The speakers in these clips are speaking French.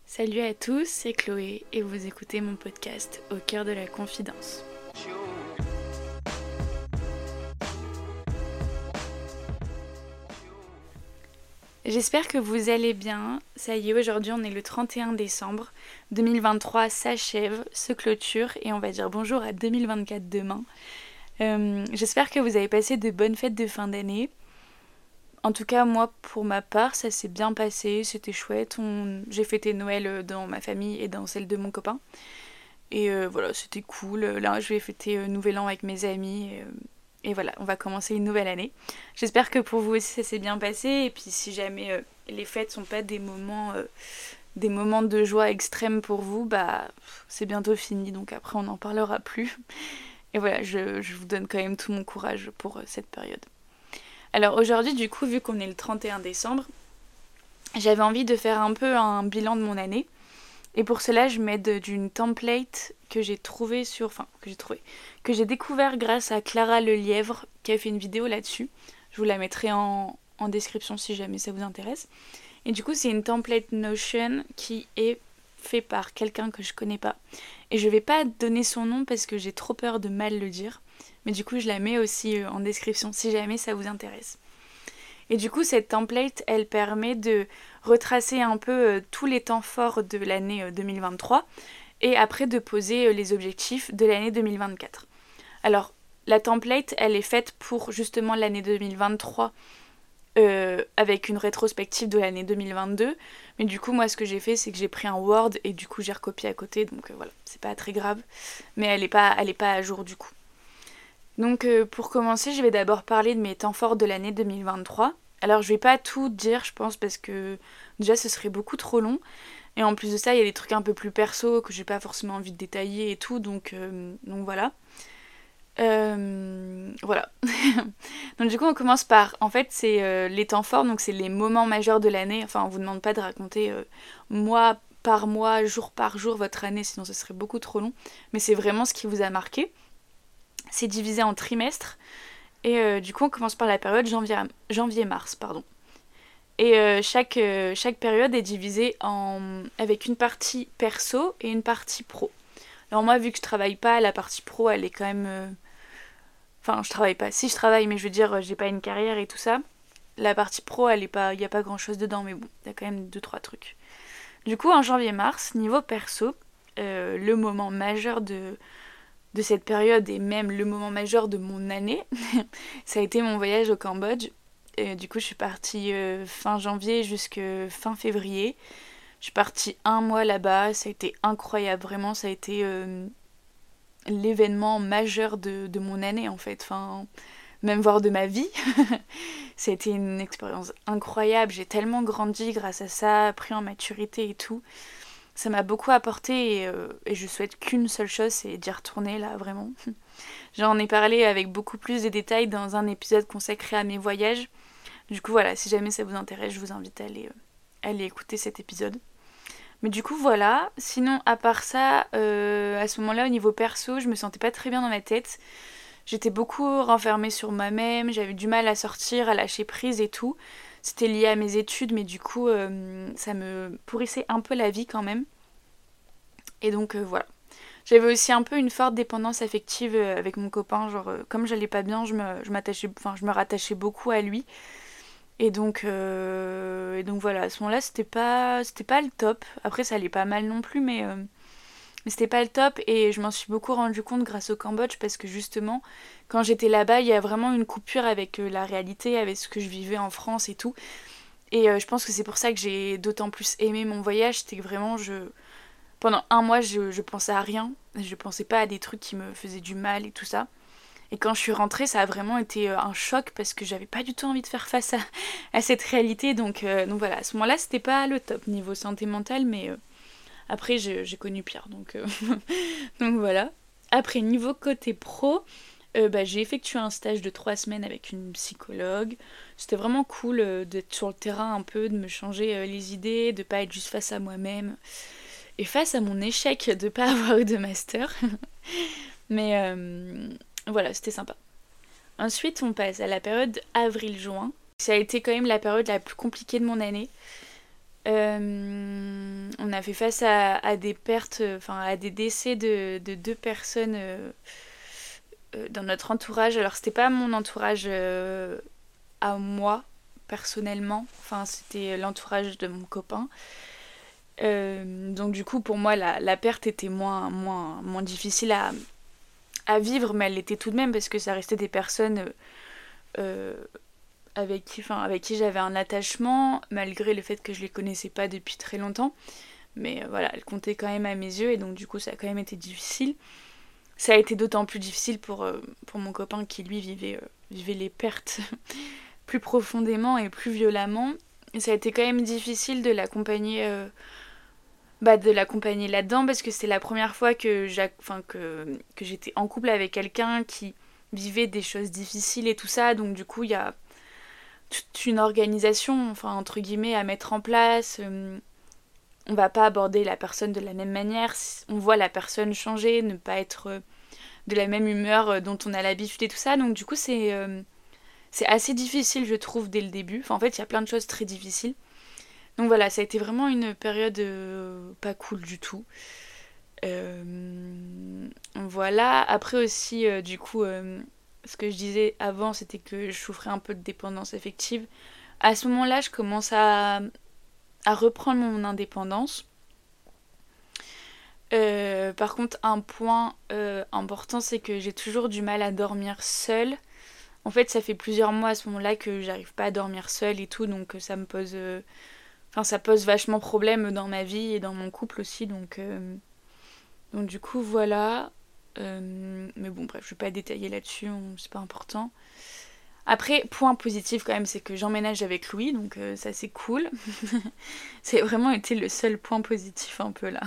Salut à tous, c'est Chloé et vous écoutez mon podcast Au cœur de la confidence. J'espère que vous allez bien. Ça y est, aujourd'hui on est le 31 décembre. 2023 s'achève, se clôture et on va dire bonjour à 2024 demain. J'espère que vous avez passé de bonnes fêtes de fin d'année. En tout cas, moi, pour ma part, ça s'est bien passé, c'était chouette. J'ai fêté Noël dans ma famille et dans celle de mon copain. Et voilà, c'était cool. Là, je vais fêter Nouvel An avec mes amis. Et voilà, on va commencer une nouvelle année. J'espère que pour vous aussi, ça s'est bien passé. Et puis, si jamais les fêtes sont pas des moments de joie extrême pour vous, bah, c'est bientôt fini. Donc après, on n'en parlera plus. Et voilà, je vous donne quand même tout mon courage pour cette période. Alors aujourd'hui, du coup, vu qu'on est le 31 décembre, j'avais envie de faire un peu un bilan de mon année. Et pour cela, je m'aide d'une template que j'ai découvert grâce à Clara Lelièvre, qui a fait une vidéo là-dessus. Je vous la mettrai en description si jamais ça vous intéresse. Et du coup, c'est une template Notion qui est faite par quelqu'un que je connais pas. Et je vais pas donner son nom parce que j'ai trop peur de mal le dire. Mais du coup, je la mets aussi en description si jamais ça vous intéresse. Et du coup, cette template, elle permet de retracer un peu tous les temps forts de l'année 2023 et après de poser les objectifs de l'année 2024. Alors, la template, elle est faite pour justement l'année 2023 avec une rétrospective de l'année 2022. Mais du coup, moi, ce que j'ai fait, c'est que j'ai pris un Word et du coup, j'ai recopié à côté. Donc voilà, c'est pas très grave. Mais elle est pas à jour du coup. Donc pour commencer, je vais d'abord parler de mes temps forts de l'année 2023. Alors je vais pas tout dire, je pense, parce que déjà ce serait beaucoup trop long. Et en plus de ça, il y a des trucs un peu plus perso que j'ai pas forcément envie de détailler et tout, donc voilà. Voilà. Donc du coup on commence par, en fait c'est les temps forts, donc c'est les moments majeurs de l'année. Enfin on vous demande pas de raconter mois par mois, jour par jour votre année, sinon ce serait beaucoup trop long. Mais c'est vraiment ce qui vous a marqué. C'est divisé en trimestres. Et du coup, on commence par la période janvier-mars, pardon. Et chaque période est divisée avec une partie perso et une partie pro. Alors moi, vu que je travaille pas, la partie pro, elle est quand même... Enfin, je travaille pas. Si, je travaille, mais je veux dire, j'ai pas une carrière et tout ça. La partie pro, elle est pas... Il y a pas grand-chose dedans, mais bon, il y a quand même 2-3 trucs. Du coup, en janvier-mars, niveau perso, le moment majeur de cette période et même le moment majeur de mon année, ça a été mon voyage au Cambodge. Et du coup, je suis partie fin janvier jusqu'à fin février. Je suis partie un mois là-bas. Ça a été incroyable, vraiment. Ça a été l'événement majeur de mon année, en fait. Enfin, même voire de ma vie. Ça a été une expérience incroyable. J'ai tellement grandi grâce à ça, pris en maturité et tout. Ça m'a beaucoup apporté et je souhaite qu'une seule chose, c'est d'y retourner là, vraiment. J'en ai parlé avec beaucoup plus de détails dans un épisode consacré à mes voyages. Du coup, voilà, si jamais ça vous intéresse, je vous invite à aller écouter cet épisode. Mais du coup, voilà. Sinon, à part ça, à ce moment-là, au niveau perso, je me sentais pas très bien dans ma tête. J'étais beaucoup renfermée sur moi-même, j'avais du mal à sortir, à lâcher prise et tout. C'était lié à mes études, mais du coup, ça me pourrissait un peu la vie quand même. Et donc, voilà. J'avais aussi un peu une forte dépendance affective avec mon copain. Genre, comme j'allais pas bien, je me rattachais beaucoup à lui. Et donc voilà, à ce moment-là, c'était pas le top. Après, ça allait pas mal non plus, mais c'était pas le top. Et je m'en suis beaucoup rendu compte grâce au Cambodge parce que justement, quand j'étais là-bas, il y a vraiment une coupure avec la réalité, avec ce que je vivais en France et tout. Et je pense que c'est pour ça que j'ai d'autant plus aimé mon voyage. C'était que vraiment, pendant un mois, je pensais à rien. Je pensais pas à des trucs qui me faisaient du mal et tout ça. Et quand je suis rentrée, ça a vraiment été un choc parce que j'avais pas du tout envie de faire face à cette réalité. Donc voilà, à ce moment-là, c'était pas le top niveau santé mentale, mais après, j'ai connu pire. Donc voilà. Après, niveau côté pro, j'ai effectué un stage de 3 semaines avec une psychologue. C'était vraiment cool d'être sur le terrain un peu, de me changer les idées, de pas être juste face à moi-même. Et face à mon échec de pas avoir eu de master. Mais voilà, c'était sympa. Ensuite, on passe à la période avril-juin. Ça a été quand même la période la plus compliquée de mon année. On on a fait face à des pertes, enfin à des décès de deux personnes dans notre entourage. Alors c'était pas mon entourage à moi personnellement, enfin c'était l'entourage de mon copain. Donc du coup pour moi la perte était moins difficile à vivre, mais elle l'était tout de même parce que ça restait des personnes euh, avec qui j'avais un attachement, malgré le fait que je les connaissais pas depuis très longtemps. Mais voilà, elles comptaient quand même à mes yeux, et donc du coup ça a quand même été difficile. Ça a été d'autant plus difficile pour mon copain qui lui vivait les pertes plus profondément et plus violemment. Et ça a été quand même difficile de l'accompagner là-dedans, parce que c'était la première fois que j'étais en couple avec quelqu'un qui vivait des choses difficiles et tout ça. Donc du coup il y a toute une organisation, enfin entre guillemets, à mettre en place. On va pas aborder la personne de la même manière. On voit la personne changer, ne pas être de la même humeur dont on a l'habitude et tout ça. Donc du coup c'est assez difficile, je trouve, dès le début. Enfin en fait il y a plein de choses très difficiles. Donc voilà, ça a été vraiment une période pas cool du tout. Voilà, après aussi du coup ce que je disais avant, c'était que je souffrais un peu de dépendance affective. À ce moment-là, je commence à reprendre mon indépendance. Par contre, un point important, c'est que j'ai toujours du mal à dormir seule. En fait, ça fait plusieurs mois à ce moment-là que j'arrive pas à dormir seule et tout, donc ça me pose... ça pose vachement problème dans ma vie et dans mon couple aussi, donc du coup, voilà. Mais bon, bref, je vais pas détailler là-dessus, c'est pas important. Après, point positif quand même, c'est que j'emménage avec Louis, donc ça c'est cool. C'est vraiment été le seul point positif un peu là.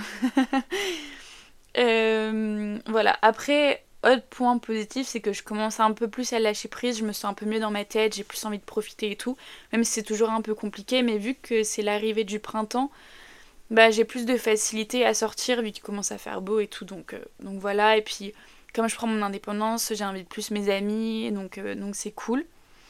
Voilà, après, autre point positif, c'est que je commence un peu plus à lâcher prise, je me sens un peu mieux dans ma tête, j'ai plus envie de profiter et tout. Même si c'est toujours un peu compliqué, mais vu que c'est l'arrivée du printemps, bah j'ai plus de facilité à sortir vu qu'il commence à faire beau et tout, donc voilà. Et puis comme je prends mon indépendance, j'invite plus mes amis, donc c'est cool.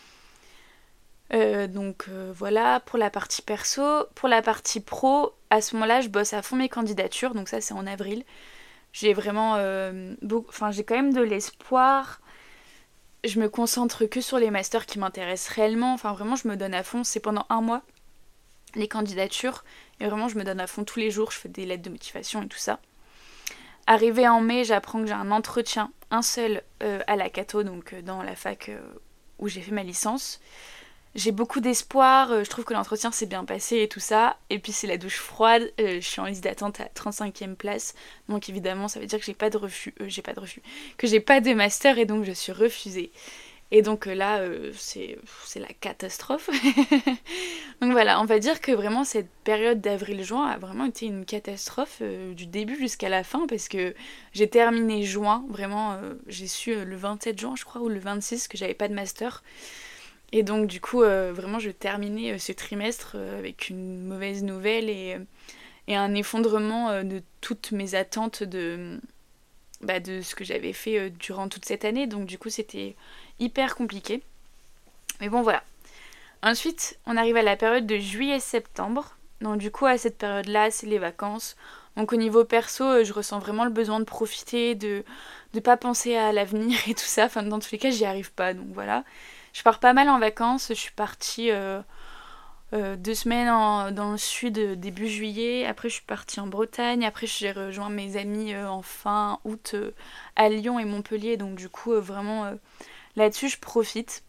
Voilà pour la partie perso. Pour la partie pro, à ce moment-là, je bosse à fond mes candidatures, donc ça c'est en avril. J'ai vraiment j'ai quand même de l'espoir. Je me concentre que sur les masters qui m'intéressent réellement. Enfin vraiment, je me donne à fond. C'est pendant un mois les candidatures. Et vraiment, je me donne à fond tous les jours. Je fais des lettres de motivation et tout ça. Arrivé en mai, j'apprends que j'ai un entretien, un seul, à la Cato, donc dans la fac où j'ai fait ma licence. J'ai beaucoup d'espoir, je trouve que l'entretien s'est bien passé et tout ça. Et puis c'est la douche froide, je suis en liste d'attente à 35e place. Donc évidemment, ça veut dire que j'ai pas de refus, que j'ai pas de master et donc je suis refusée. Et donc là, c'est la catastrophe. Donc voilà, on va dire que vraiment cette période d'avril-juin a vraiment été une catastrophe du début jusqu'à la fin, parce que j'ai terminé juin, vraiment, j'ai su le 27 juin je crois, ou le 26, que j'avais pas de master. Et donc du coup, vraiment je terminais ce trimestre avec une mauvaise nouvelle et un effondrement de toutes mes attentes de ce que j'avais fait durant toute cette année. Donc du coup c'était hyper compliqué. Mais bon voilà. Ensuite, on arrive à la période de juillet-septembre. Donc du coup, à cette période-là, c'est les vacances. Donc au niveau perso, je ressens vraiment le besoin de profiter, de pas penser à l'avenir et tout ça. Enfin, dans tous les cas, j'y arrive pas. Donc voilà. Je pars pas mal en vacances. Je suis partie 2 semaines dans le sud début juillet. Après, je suis partie en Bretagne. Après, j'ai rejoint mes amis en fin août à Lyon et Montpellier. Donc du coup, vraiment, là-dessus, je profite.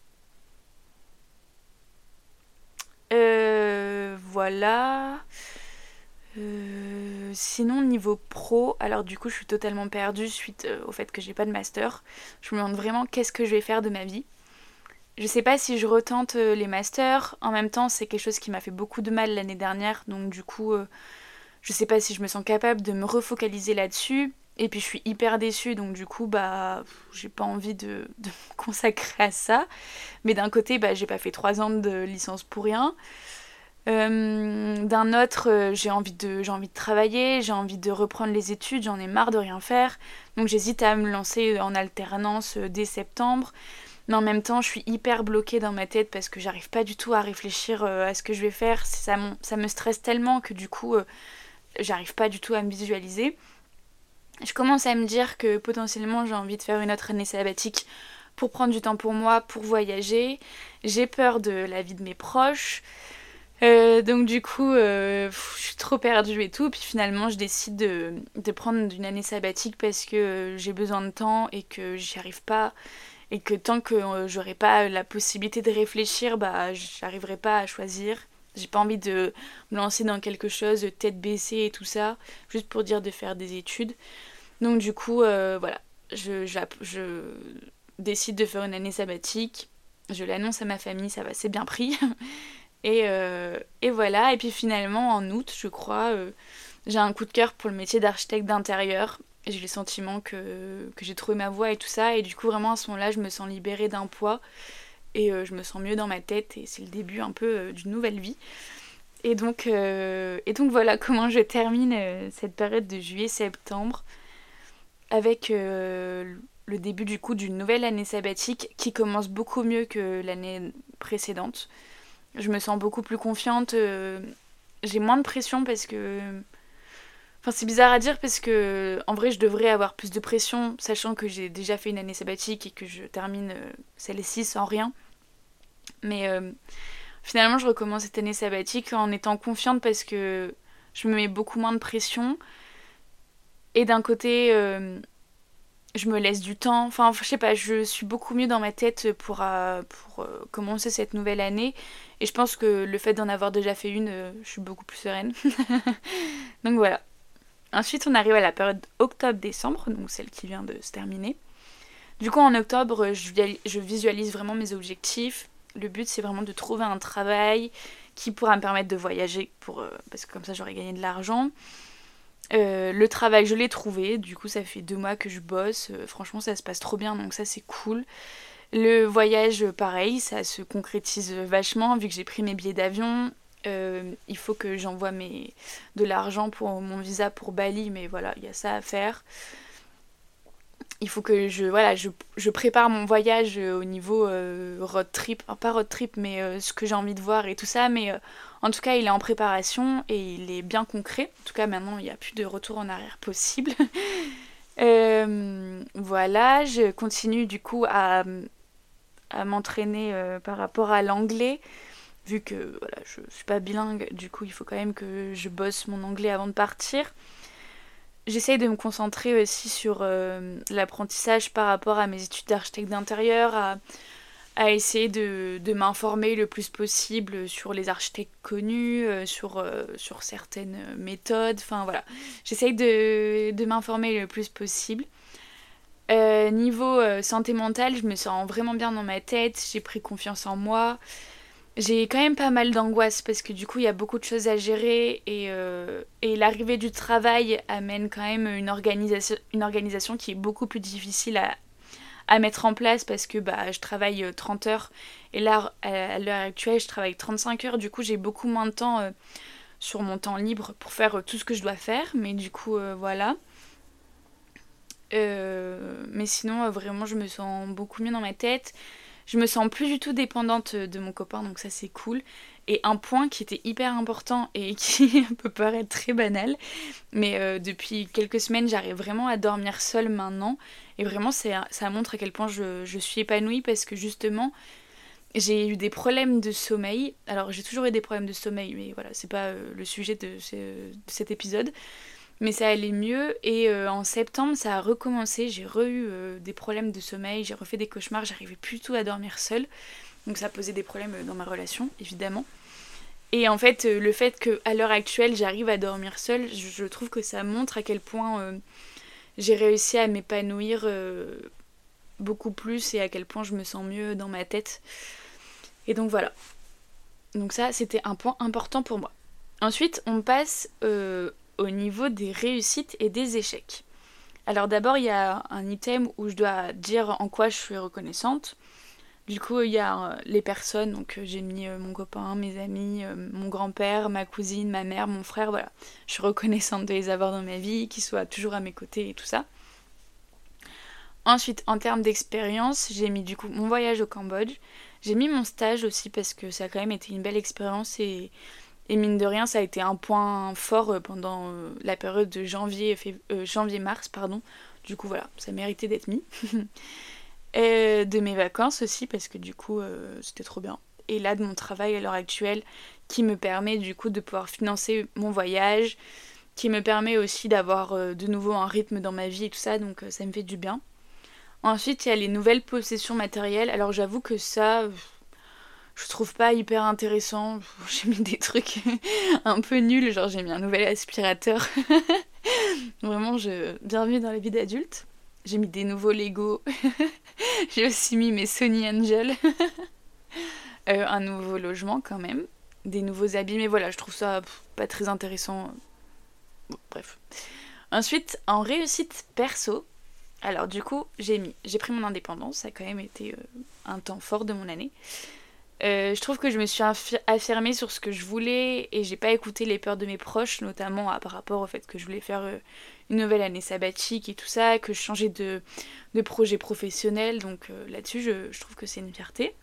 Voilà. Sinon, niveau pro, alors du coup, je suis totalement perdue suite au fait que j'ai pas de master. Je me demande vraiment qu'est-ce que je vais faire de ma vie. Je sais pas si je retente les masters. En même temps, c'est quelque chose qui m'a fait beaucoup de mal l'année dernière. Donc du coup, je sais pas si je me sens capable de me refocaliser là-dessus. Et puis je suis hyper déçue, donc du coup, j'ai pas envie de me consacrer à ça. Mais d'un côté, j'ai pas fait 3 ans de licence pour rien. D'un autre, j'ai envie de travailler, j'ai envie de reprendre les études, j'en ai marre de rien faire. Donc j'hésite à me lancer en alternance dès septembre. Mais en même temps, je suis hyper bloquée dans ma tête parce que j'arrive pas du tout à réfléchir à ce que je vais faire. Ça me stresse tellement que du coup, j'arrive pas du tout à me visualiser. Je commence à me dire que potentiellement j'ai envie de faire une autre année sabbatique pour prendre du temps pour moi, pour voyager. J'ai peur de la vie de mes proches. Donc du coup, je suis trop perdue et tout. Puis finalement, je décide de prendre une année sabbatique parce que j'ai besoin de temps et que j'y arrive pas. Et que tant que j'aurai pas la possibilité de réfléchir, bah j'arriverai pas à choisir. J'ai pas envie de me lancer dans quelque chose tête baissée et tout ça, juste pour dire de faire des études. Donc du coup, voilà, je décide de faire une année sabbatique. Je l'annonce à ma famille, ça va, c'est bien pris. Et voilà, et puis finalement en août, je crois, j'ai un coup de cœur pour le métier d'architecte d'intérieur. J'ai le sentiment que j'ai trouvé ma voie et tout ça, et du coup vraiment à ce moment-là, je me sens libérée d'un poids, et je me sens mieux dans ma tête, et c'est le début un peu d'une nouvelle vie. Et donc voilà comment je termine cette période de juillet-septembre, avec le début du coup d'une nouvelle année sabbatique qui commence beaucoup mieux que l'année précédente. Je me sens beaucoup plus confiante, j'ai moins de pression parce que... Enfin c'est bizarre à dire parce que en vrai je devrais avoir plus de pression sachant que j'ai déjà fait une année sabbatique et que je termine celle-ci sans rien. Mais finalement je recommence cette année sabbatique en étant confiante parce que je me mets beaucoup moins de pression. Et d'un côté, je me laisse du temps. Enfin, je sais pas, je suis beaucoup mieux dans ma tête pour commencer cette nouvelle année. Et je pense que le fait d'en avoir déjà fait une, je suis beaucoup plus sereine. Donc voilà. Ensuite, on arrive à la période octobre-décembre, donc celle qui vient de se terminer. Du coup, en octobre, je visualise vraiment mes objectifs. Le but, c'est vraiment de trouver un travail qui pourra me permettre de voyager, parce que comme ça, j'aurai gagné de l'argent. Le travail, je l'ai trouvé. Du coup, ça fait 2 mois que je bosse. Franchement, ça se passe trop bien, donc ça, c'est cool. Le voyage, pareil, ça se concrétise vachement, vu que j'ai pris mes billets d'avion. Il faut que j'envoie de l'argent pour mon visa pour Bali, mais voilà, il y a ça à faire. Il faut que je prépare mon voyage au niveau road trip, enfin, pas road trip, mais ce que j'ai envie de voir et tout ça, mais en tout cas il est en préparation et il est bien concret. En tout cas maintenant il n'y a plus de retour en arrière possible. Voilà, je continue du coup à m'entraîner par rapport à l'anglais. Vu que voilà, je suis pas bilingue, du coup il faut quand même que je bosse mon anglais avant de partir. J'essaye de me concentrer aussi sur l'apprentissage par rapport à mes études d'architecte d'intérieur, à essayer de m'informer le plus possible sur les architectes connus, sur certaines méthodes, enfin voilà. J'essaye de m'informer le plus possible. Niveau santé mentale, je me sens vraiment bien dans ma tête, j'ai pris confiance en moi. J'ai quand même pas mal d'angoisse parce que du coup il y a beaucoup de choses à gérer et l'arrivée du travail amène quand même une organisation qui est beaucoup plus difficile à mettre en place parce que bah, je travaille 30 heures et là à l'heure actuelle je travaille 35 heures, du coup j'ai beaucoup moins de temps sur mon temps libre pour faire tout ce que je dois faire, mais du coup voilà. Mais sinon vraiment je me sens beaucoup mieux dans ma tête. Je me sens plus du tout dépendante de mon copain, donc ça c'est cool. Et un point qui était hyper important et qui peut paraître très banal, mais depuis quelques semaines j'arrive vraiment à dormir seule maintenant. Et vraiment ça montre à quel point je suis épanouie parce que justement j'ai eu des problèmes de sommeil. Alors j'ai toujours eu des problèmes de sommeil, mais voilà, c'est pas le sujet de cet épisode. Mais ça allait mieux et en septembre ça a recommencé, j'ai eu des problèmes de sommeil, j'ai refait des cauchemars, j'arrivais plus du tout à dormir seule. Donc ça posait des problèmes dans ma relation, évidemment. Et en fait, le fait qu'à l'heure actuelle j'arrive à dormir seule, je trouve que ça montre à quel point j'ai réussi à m'épanouir beaucoup plus et à quel point je me sens mieux dans ma tête. Et donc voilà. Donc ça, c'était un point important pour moi. Ensuite, on passe au niveau des réussites et des échecs. Alors d'abord, il y a un item où je dois dire en quoi je suis reconnaissante. Du coup, il y a les personnes, donc j'ai mis mon copain, mes amis, mon grand-père, ma cousine, ma mère, mon frère, voilà. Je suis reconnaissante de les avoir dans ma vie, qu'ils soient toujours à mes côtés et tout ça. Ensuite, en termes d'expérience, j'ai mis du coup mon voyage au Cambodge. J'ai mis mon stage aussi parce que ça a quand même été une belle expérience et Et mine de rien, ça a été un point fort pendant la période de janvier-mars, pardon. Du coup, voilà, ça méritait d'être mis. Et de mes vacances aussi, parce que du coup, c'était trop bien. Et là, de mon travail à l'heure actuelle, qui me permet du coup de pouvoir financer mon voyage, qui me permet aussi d'avoir de nouveau un rythme dans ma vie et tout ça, donc ça me fait du bien. Ensuite, il y a les nouvelles possessions matérielles. Alors j'avoue que ça, je trouve pas hyper intéressant. J'ai mis des trucs un peu nuls, genre j'ai mis un nouvel aspirateur. Vraiment, bienvenue dans la vie d'adulte. J'ai mis des nouveaux Lego. J'ai aussi mis mes Sony Angel. Un nouveau logement quand même. Des nouveaux habits, mais voilà, je trouve ça pas très intéressant. Bon, bref. Ensuite, en réussite perso, alors du coup, j'ai pris mon indépendance, ça a quand même été un temps fort de mon année. Je trouve que je me suis affirmée sur ce que je voulais et j'ai pas écouté les peurs de mes proches, notamment par rapport au fait que je voulais faire une nouvelle année sabbatique et tout ça, que je changeais de projet professionnel, donc là-dessus je trouve que c'est une fierté.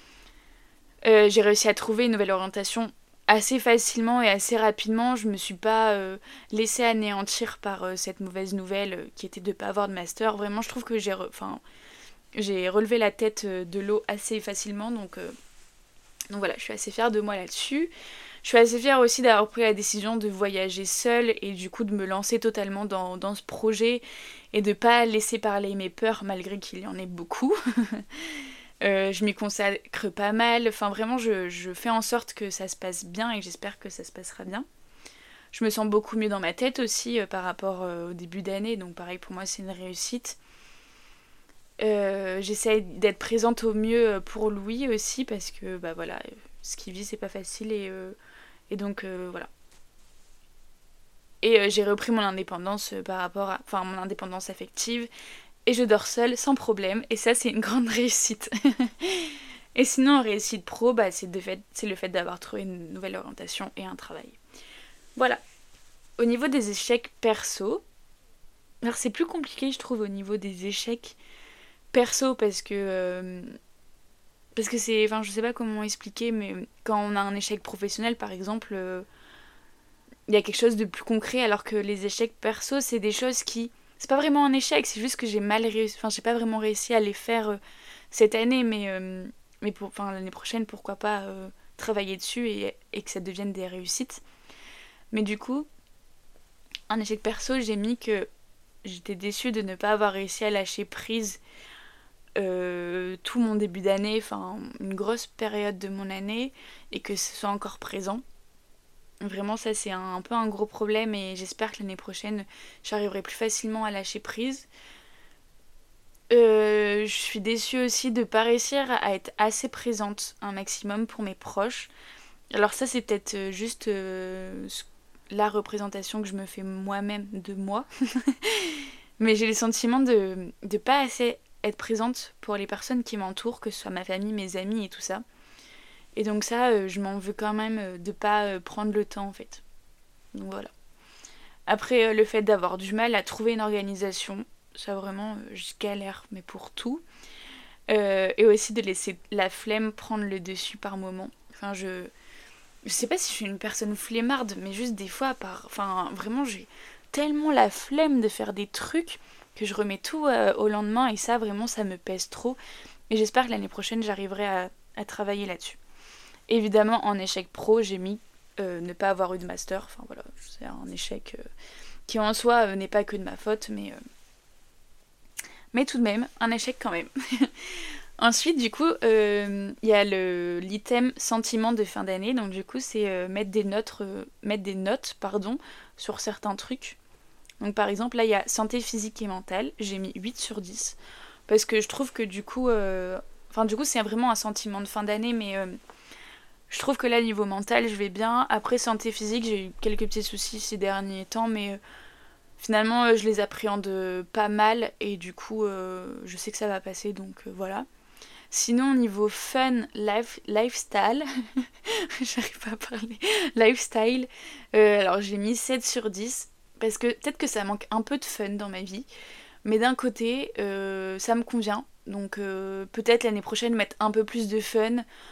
J'ai réussi à trouver une nouvelle orientation assez facilement et assez rapidement. Je me suis pas laissée anéantir par cette mauvaise nouvelle qui était de pas avoir de master. Vraiment, je trouve que j'ai relevé la tête de l'eau assez facilement, donc voilà, je suis assez fière de moi là-dessus. Je suis assez fière aussi d'avoir pris la décision de voyager seule et du coup de me lancer totalement dans ce projet et de pas laisser parler mes peurs malgré qu'il y en ait beaucoup. Je m'y consacre pas mal. Enfin vraiment, je fais en sorte que ça se passe bien et j'espère que ça se passera bien. Je me sens beaucoup mieux dans ma tête aussi par rapport au début d'année. Donc pareil, pour moi, c'est une réussite. J'essaie d'être présente au mieux pour Louis aussi parce que bah voilà, ce qu'il vit c'est pas facile et donc voilà. Et j'ai repris mon indépendance par rapport à, enfin mon indépendance affective et je dors seule sans problème et ça c'est une grande réussite. Et sinon en réussite pro bah c'est le fait d'avoir trouvé une nouvelle orientation et un travail. Voilà. Au niveau des échecs perso, alors c'est plus compliqué je trouve au niveau des échecs perso parce que c'est, enfin je sais pas comment expliquer, mais quand on a un échec professionnel par exemple, il y a quelque chose de plus concret, alors que les échecs perso c'est des choses qui, c'est pas vraiment un échec, c'est juste que j'ai mal réussi, enfin j'ai pas vraiment réussi à les faire cette année, mais pour, enfin l'année prochaine pourquoi pas travailler dessus et que ça devienne des réussites. Mais du coup, un échec perso, j'ai mis que j'étais déçue de ne pas avoir réussi à lâcher prise tout mon début d'année, enfin une grosse période de mon année, et que ce soit encore présent. Vraiment ça c'est un peu un gros problème et j'espère que l'année prochaine j'arriverai plus facilement à lâcher prise. Je suis déçue aussi de pas réussir à être assez présente un maximum pour mes proches. Alors ça c'est peut-être juste la représentation que je me fais moi-même de moi. Mais j'ai le sentiment de pas assez être présente pour les personnes qui m'entourent, que ce soit ma famille, mes amis et tout ça. Et donc ça, je m'en veux quand même de pas prendre le temps en fait. Donc voilà. Après, le fait d'avoir du mal à trouver une organisation, ça vraiment, je galère, mais pour tout. Et aussi de laisser la flemme prendre le dessus par moment. Enfin, je sais pas si je suis une personne flemmarde, mais juste des fois, enfin, vraiment, j'ai tellement la flemme de faire des trucs que je remets tout au lendemain et ça, vraiment, ça me pèse trop. Et j'espère que l'année prochaine, j'arriverai à travailler là-dessus. Évidemment, en échec pro, j'ai mis ne pas avoir eu de master. Enfin voilà, c'est un échec qui en soi n'est pas que de ma faute, mais tout de même, un échec quand même. Ensuite, du coup, il y a l'item sentiment de fin d'année. Donc du coup, c'est mettre des notes sur certains trucs. Donc par exemple, là, il y a santé physique et mentale. J'ai mis 8 sur 10. Parce que je trouve que du coup, c'est vraiment un sentiment de fin d'année, mais je trouve que là, niveau mental, je vais bien. Après, santé physique, j'ai eu quelques petits soucis ces derniers temps, mais finalement, je les appréhende pas mal. Et du coup, je sais que ça va passer, donc voilà. Sinon, niveau fun, lifestyle, j'arrive pas à parler, lifestyle, alors j'ai mis 7 sur 10, parce que peut-être que ça manque un peu de fun dans ma vie, mais d'un côté, ça me convient, donc peut-être l'année prochaine mettre un peu plus de fun,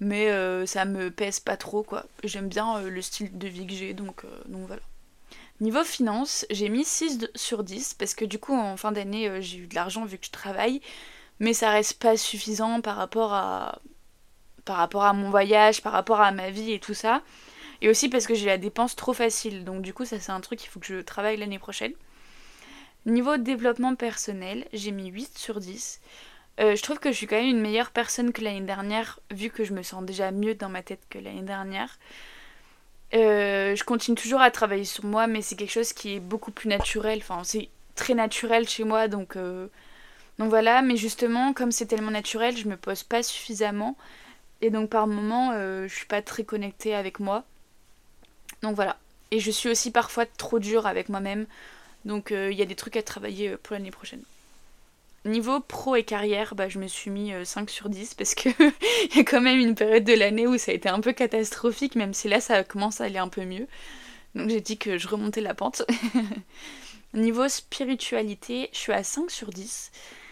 Mais ça me pèse pas trop, quoi. J'aime bien le style de vie que j'ai, donc voilà. Niveau finances, j'ai mis 6 sur 10 parce que du coup en fin d'année j'ai eu de l'argent vu que je travaille, mais ça reste pas suffisant par rapport à mon voyage, par rapport à ma vie et tout ça. Et aussi parce que j'ai la dépense trop facile, donc du coup ça c'est un truc qu'il faut que je travaille l'année prochaine. Niveau développement personnel, j'ai mis 8 sur 10. Je trouve que je suis quand même une meilleure personne que l'année dernière, vu que je me sens déjà mieux dans ma tête que l'année dernière. Je continue toujours à travailler sur moi, mais c'est quelque chose qui est beaucoup plus naturel. Enfin, c'est très naturel chez moi, donc voilà. Mais justement, comme c'est tellement naturel, je me pose pas suffisamment. Et donc par moments, je suis pas très connectée avec moi. Donc voilà. Et je suis aussi parfois trop dure avec moi-même. Donc il y a des trucs à travailler pour l'année prochaine. Niveau pro et carrière, je me suis mis 5 sur 10 parce que il y a quand même une période de l'année où ça a été un peu catastrophique, même si là ça commence à aller un peu mieux. Donc j'ai dit que je remontais la pente. Niveau spiritualité, je suis à 5 sur 10.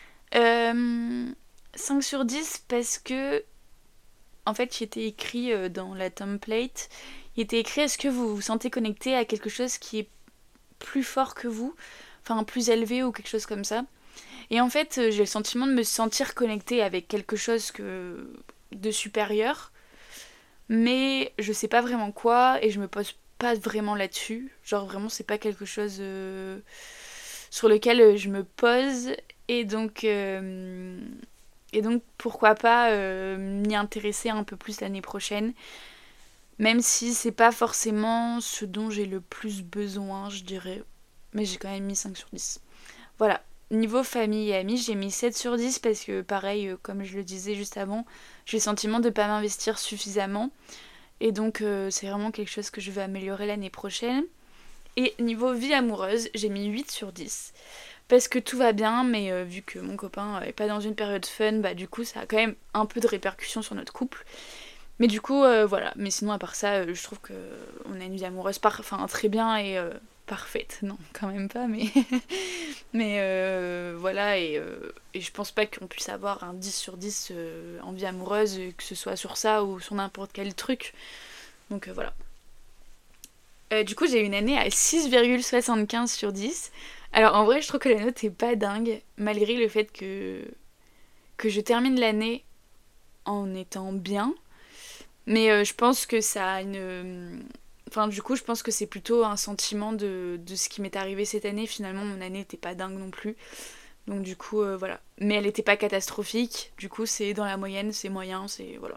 5 sur 10 parce que, en fait, il était écrit dans la template, il était écrit: est-ce que vous vous sentez connecté à quelque chose qui est plus fort que vous, enfin plus élevé ou quelque chose comme ça. Et en fait, j'ai le sentiment de me sentir connectée avec quelque chose de supérieur, mais je sais pas vraiment quoi et je me pose pas vraiment là-dessus. Genre vraiment, c'est pas quelque chose sur lequel je me pose et donc pourquoi pas m'y intéresser un peu plus l'année prochaine. Même si c'est pas forcément ce dont j'ai le plus besoin, je dirais. Mais j'ai quand même mis 5 sur 10. Voilà. Niveau famille et amis, j'ai mis 7 sur 10 parce que pareil, comme je le disais juste avant, j'ai le sentiment de ne pas m'investir suffisamment. Et donc c'est vraiment quelque chose que je vais améliorer l'année prochaine. Et niveau vie amoureuse, j'ai mis 8 sur 10. Parce que tout va bien, mais vu que mon copain est pas dans une période fun, du coup ça a quand même un peu de répercussions sur notre couple. Mais du coup, voilà. Mais sinon, à part ça, je trouve qu'on a une vie amoureuse très bien et parfaite. Non, quand même pas, mais, mais voilà. Et je pense pas qu'on puisse avoir un 10 sur 10 en vie amoureuse, que ce soit sur ça ou sur n'importe quel truc. Donc voilà. Du coup, j'ai eu une année à 6,75 sur 10. Alors en vrai, je trouve que la note est pas dingue, malgré le fait que je termine l'année en étant bien. Mais je pense que ça a une... Enfin, du coup, je pense que c'est plutôt un sentiment de ce qui m'est arrivé cette année. Finalement, mon année n'était pas dingue non plus. Donc du coup, voilà. Mais elle n'était pas catastrophique. Du coup, c'est dans la moyenne, c'est moyen, c'est... Voilà.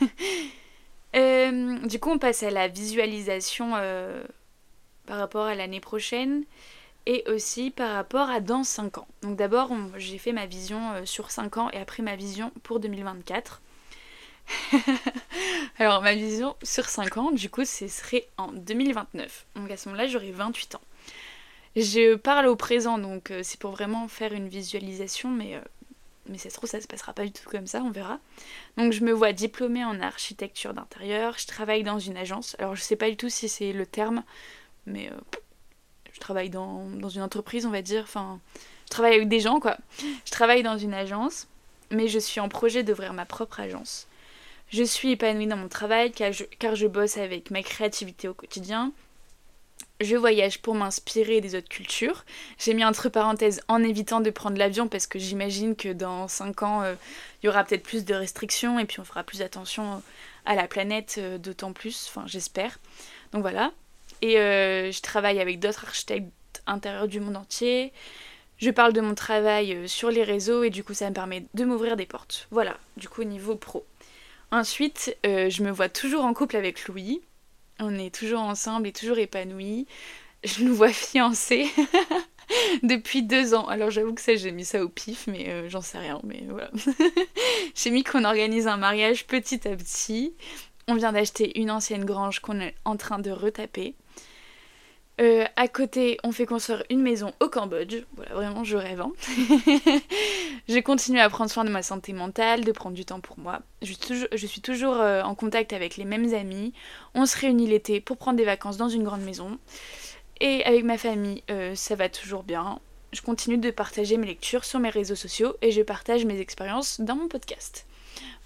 Du coup, on passe à la visualisation par rapport à l'année prochaine. Et aussi par rapport à dans 5 ans. Donc d'abord, j'ai fait ma vision sur 5 ans et après ma vision pour 2024. Alors ma vision sur 5 ans, du coup, ce serait en 2029. Donc à ce moment-là, j'aurai 28 ans. Je parle au présent, donc c'est pour vraiment faire une visualisation, mais ça se trouve, ça se passera pas du tout comme ça, on verra. Donc je me vois diplômée en architecture d'intérieur, je travaille dans une agence. Alors je sais pas du tout si c'est le terme, mais je travaille dans une entreprise, on va dire. Enfin, je travaille avec des gens, quoi. Je travaille dans une agence, mais je suis en projet d'ouvrir ma propre agence. Je suis épanouie dans mon travail car je bosse avec ma créativité au quotidien. Je voyage pour m'inspirer des autres cultures. J'ai mis entre parenthèses en évitant de prendre l'avion parce que j'imagine que dans 5 ans, il y aura peut-être plus de restrictions et puis on fera plus attention à la planète d'autant plus, enfin j'espère. Donc voilà. Et je travaille avec d'autres architectes intérieurs du monde entier. Je parle de mon travail sur les réseaux et du coup ça me permet de m'ouvrir des portes. Voilà, du coup niveau pro. Ensuite, je me vois toujours en couple avec Louis. On est toujours ensemble et toujours épanouis. Je nous vois fiancés depuis 2 ans. Alors j'avoue que ça, j'ai mis ça au pif, mais j'en sais rien. Mais voilà. J'ai mis qu'on organise un mariage petit à petit. On vient d'acheter une ancienne grange qu'on est en train de retaper. À côté, on fait construire une maison au Cambodge. Voilà, vraiment, je rêve. Hein. Je continue à prendre soin de ma santé mentale, de prendre du temps pour moi. Je suis toujours en contact avec les mêmes amis. On se réunit l'été pour prendre des vacances dans une grande maison. Et avec ma famille, ça va toujours bien. Je continue de partager mes lectures sur mes réseaux sociaux et je partage mes expériences dans mon podcast. Voilà,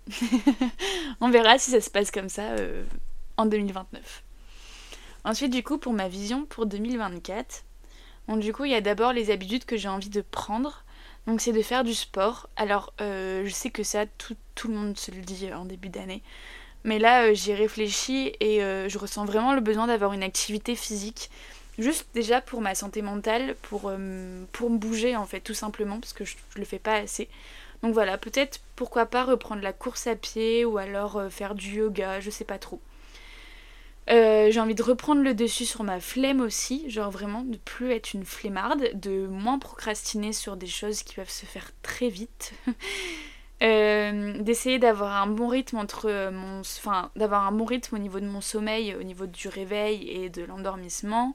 On verra si ça se passe comme ça en 2029. Ensuite, du coup, pour ma vision pour 2024, donc du coup, il y a d'abord les habitudes que j'ai envie de prendre. Donc c'est de faire du sport. Alors, je sais que ça, tout le monde se le dit en début d'année. Mais là, j'y ai réfléchi et je ressens vraiment le besoin d'avoir une activité physique. Juste déjà pour ma santé mentale, pour me bouger en fait, tout simplement, parce que je le fais pas assez. Donc voilà, peut-être pourquoi pas reprendre la course à pied ou alors faire du yoga, je sais pas trop. J'ai envie de reprendre le dessus sur ma flemme aussi, genre vraiment de plus être une flemmarde, de moins procrastiner sur des choses qui peuvent se faire très vite. D'essayer d'avoir un bon rythme d'avoir un bon rythme au niveau de mon sommeil, au niveau du réveil et de l'endormissement.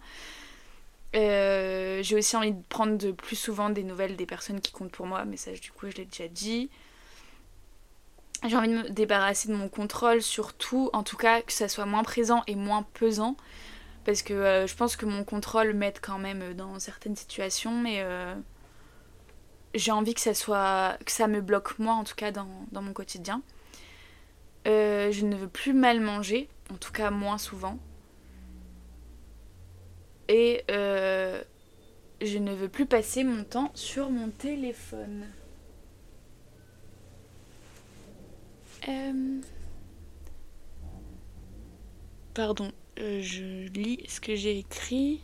J'ai aussi envie de prendre de plus souvent des nouvelles des personnes qui comptent pour moi, mais ça du coup je l'ai déjà dit. J'ai envie de me débarrasser de mon contrôle surtout, en tout cas que ça soit moins présent et moins pesant, parce que je pense que mon contrôle m'aide quand même dans certaines situations, mais j'ai envie que ça me bloque moi en tout cas dans mon quotidien. Je ne veux plus mal manger, en tout cas moins souvent. Et je ne veux plus passer mon temps sur mon téléphone. Pardon, je lis ce que j'ai écrit.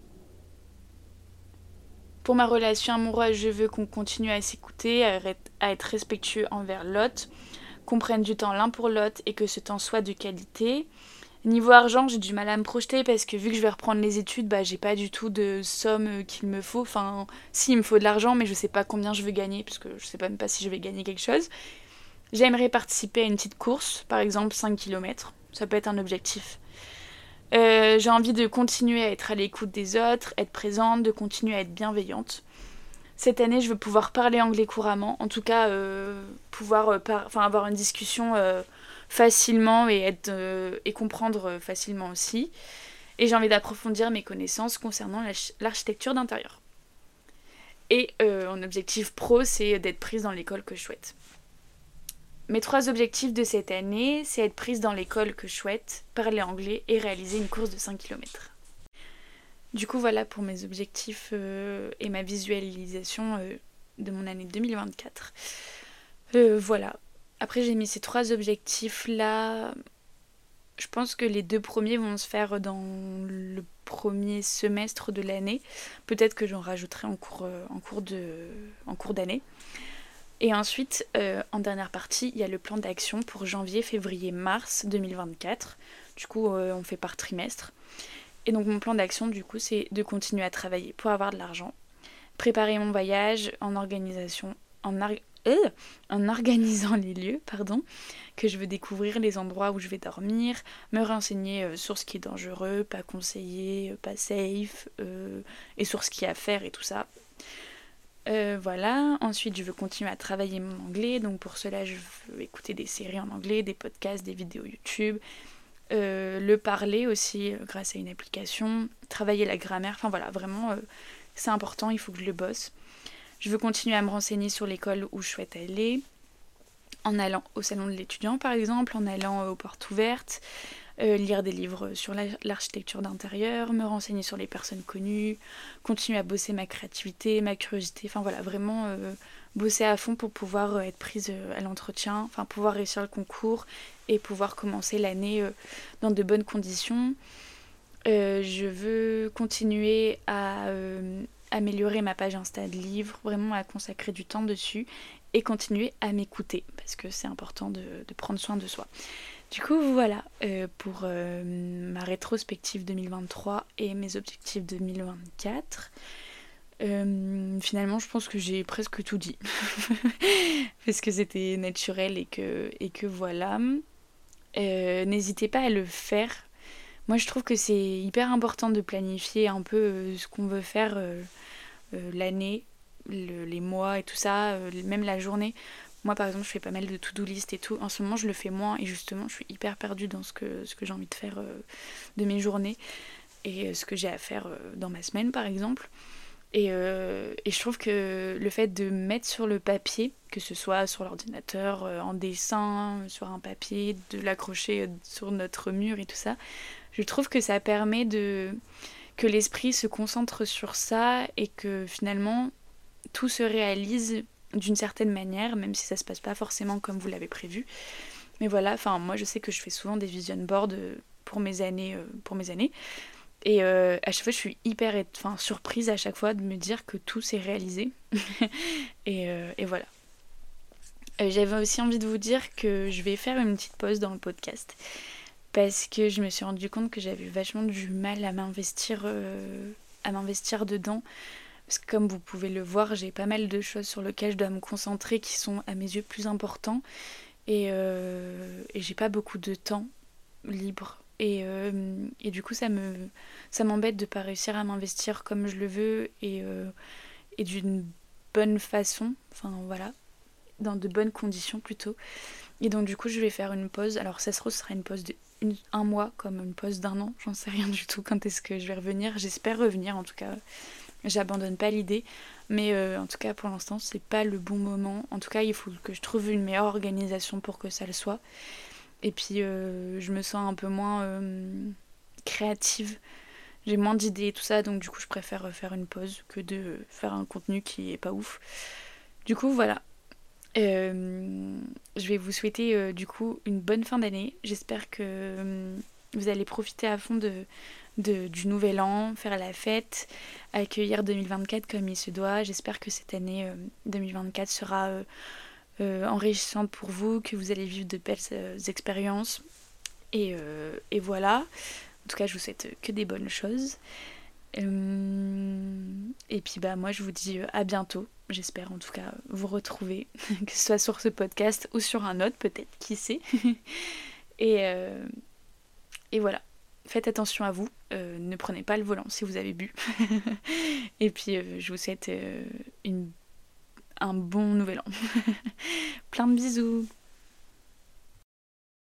Pour ma relation amoureuse, je veux qu'on continue à s'écouter, à être respectueux envers l'autre, qu'on prenne du temps l'un pour l'autre et que ce temps soit de qualité. Niveau argent, j'ai du mal à me projeter parce que vu que je vais reprendre les études, j'ai pas du tout de somme qu'il me faut. Enfin, si, il me faut de l'argent, mais je sais pas combien je veux gagner parce que je sais même pas si je vais gagner quelque chose. J'aimerais participer à une petite course, par exemple 5 km. Ça peut être un objectif. J'ai envie de continuer à être à l'écoute des autres, être présente, de continuer à être bienveillante. Cette année, je veux pouvoir parler anglais couramment, en tout cas pouvoir avoir une discussion facilement et comprendre facilement aussi. Et j'ai envie d'approfondir mes connaissances concernant l'architecture d'intérieur. Et mon objectif pro, c'est d'être prise dans l'école que je souhaite. Mes 3 objectifs de cette année, c'est être prise dans l'école que je souhaite, parler anglais et réaliser une course de 5 km. Du coup, voilà pour mes objectifs et ma visualisation de mon année 2024. Voilà. Après, j'ai mis ces 3 objectifs-là. Je pense que les 2 premiers vont se faire dans le premier semestre de l'année. Peut-être que j'en rajouterai en cours d'année. Et ensuite, en dernière partie, il y a le plan d'action pour janvier, février, mars 2024. Du coup, on fait par trimestre. Et donc mon plan d'action, du coup, c'est de continuer à travailler pour avoir de l'argent, préparer mon voyage en organisant les lieux, que je veux découvrir, les endroits où je vais dormir, me renseigner sur ce qui est dangereux, pas conseillé, pas safe, et sur ce qu'il y a à faire et tout ça. Voilà. Ensuite, je veux continuer à travailler mon anglais. Donc pour cela, je veux écouter des séries en anglais, des podcasts, des vidéos YouTube. Le parler aussi grâce à une application. Travailler la grammaire. Enfin voilà, vraiment, c'est important. Il faut que je le bosse. Je veux continuer à me renseigner sur l'école où je souhaite aller. En allant au salon de l'étudiant, par exemple. En allant aux portes ouvertes. Lire des livres sur l'architecture d'intérieur, me renseigner sur les personnes connues, continuer à bosser ma créativité, ma curiosité, enfin voilà, vraiment bosser à fond pour pouvoir être prise à l'entretien, enfin pouvoir réussir le concours et pouvoir commencer l'année dans de bonnes conditions. Je veux continuer à améliorer ma page Insta de livres, vraiment à consacrer du temps dessus et continuer à m'écouter parce que c'est important de prendre soin de soi. Du coup, voilà pour ma rétrospective 2023 et mes objectifs 2024. Finalement, je pense que j'ai presque tout dit. Parce que c'était naturel et que voilà. N'hésitez pas à le faire. Moi, je trouve que c'est hyper important de planifier un peu ce qu'on veut faire l'année, les mois et tout ça, même la journée. Moi, par exemple, je fais pas mal de to-do list et tout. En ce moment, je le fais moins et justement, je suis hyper perdue dans ce que j'ai envie de faire de mes journées et ce que j'ai à faire dans ma semaine, par exemple. Et je trouve que le fait de mettre sur le papier, que ce soit sur l'ordinateur, en dessin, sur un papier, de l'accrocher sur notre mur et tout ça, je trouve que ça permet que l'esprit se concentre sur ça et que finalement tout se réalise d'une certaine manière, même si ça se passe pas forcément comme vous l'avez prévu. Mais voilà, enfin moi je sais que je fais souvent des vision boards pour mes années. Et à chaque fois, je suis hyper surprise à chaque fois de me dire que tout s'est réalisé. Et voilà. J'avais aussi envie de vous dire que je vais faire une petite pause dans le podcast parce que je me suis rendu compte que j'avais vachement du mal à m'investir dedans. Parce que comme vous pouvez le voir, j'ai pas mal de choses sur lesquelles je dois me concentrer qui sont à mes yeux plus importants. Et j'ai pas beaucoup de temps libre. Et du coup, ça m'embête de pas réussir à m'investir comme je le veux et d'une bonne façon. Enfin voilà, dans de bonnes conditions plutôt. Et donc du coup, je vais faire une pause. Alors ça se trouve, ce sera une pause de un mois comme une pause d'un an. J'en sais rien du tout quand est-ce que je vais revenir. J'espère revenir en tout cas. J'abandonne pas l'idée. Mais en tout cas, pour l'instant, c'est pas le bon moment. En tout cas, il faut que je trouve une meilleure organisation pour que ça le soit. Et puis, je me sens un peu moins créative. J'ai moins d'idées et tout ça, donc du coup, je préfère faire une pause que de faire un contenu qui est pas ouf. Du coup, voilà. Je vais vous souhaiter du coup une bonne fin d'année. J'espère que vous allez profiter à fond du nouvel an, faire la fête, accueillir 2024 comme il se doit. J'espère que cette année 2024 sera enrichissante pour vous, que vous allez vivre de belles expériences. Et voilà. En tout cas, je vous souhaite que des bonnes choses. Et puis moi je vous dis à bientôt. J'espère en tout cas vous retrouver, que ce soit sur ce podcast ou sur un autre peut-être, qui sait. Et voilà. Faites attention à vous, ne prenez pas le volant si vous avez bu. Et puis je vous souhaite un bon nouvel an. Plein de bisous.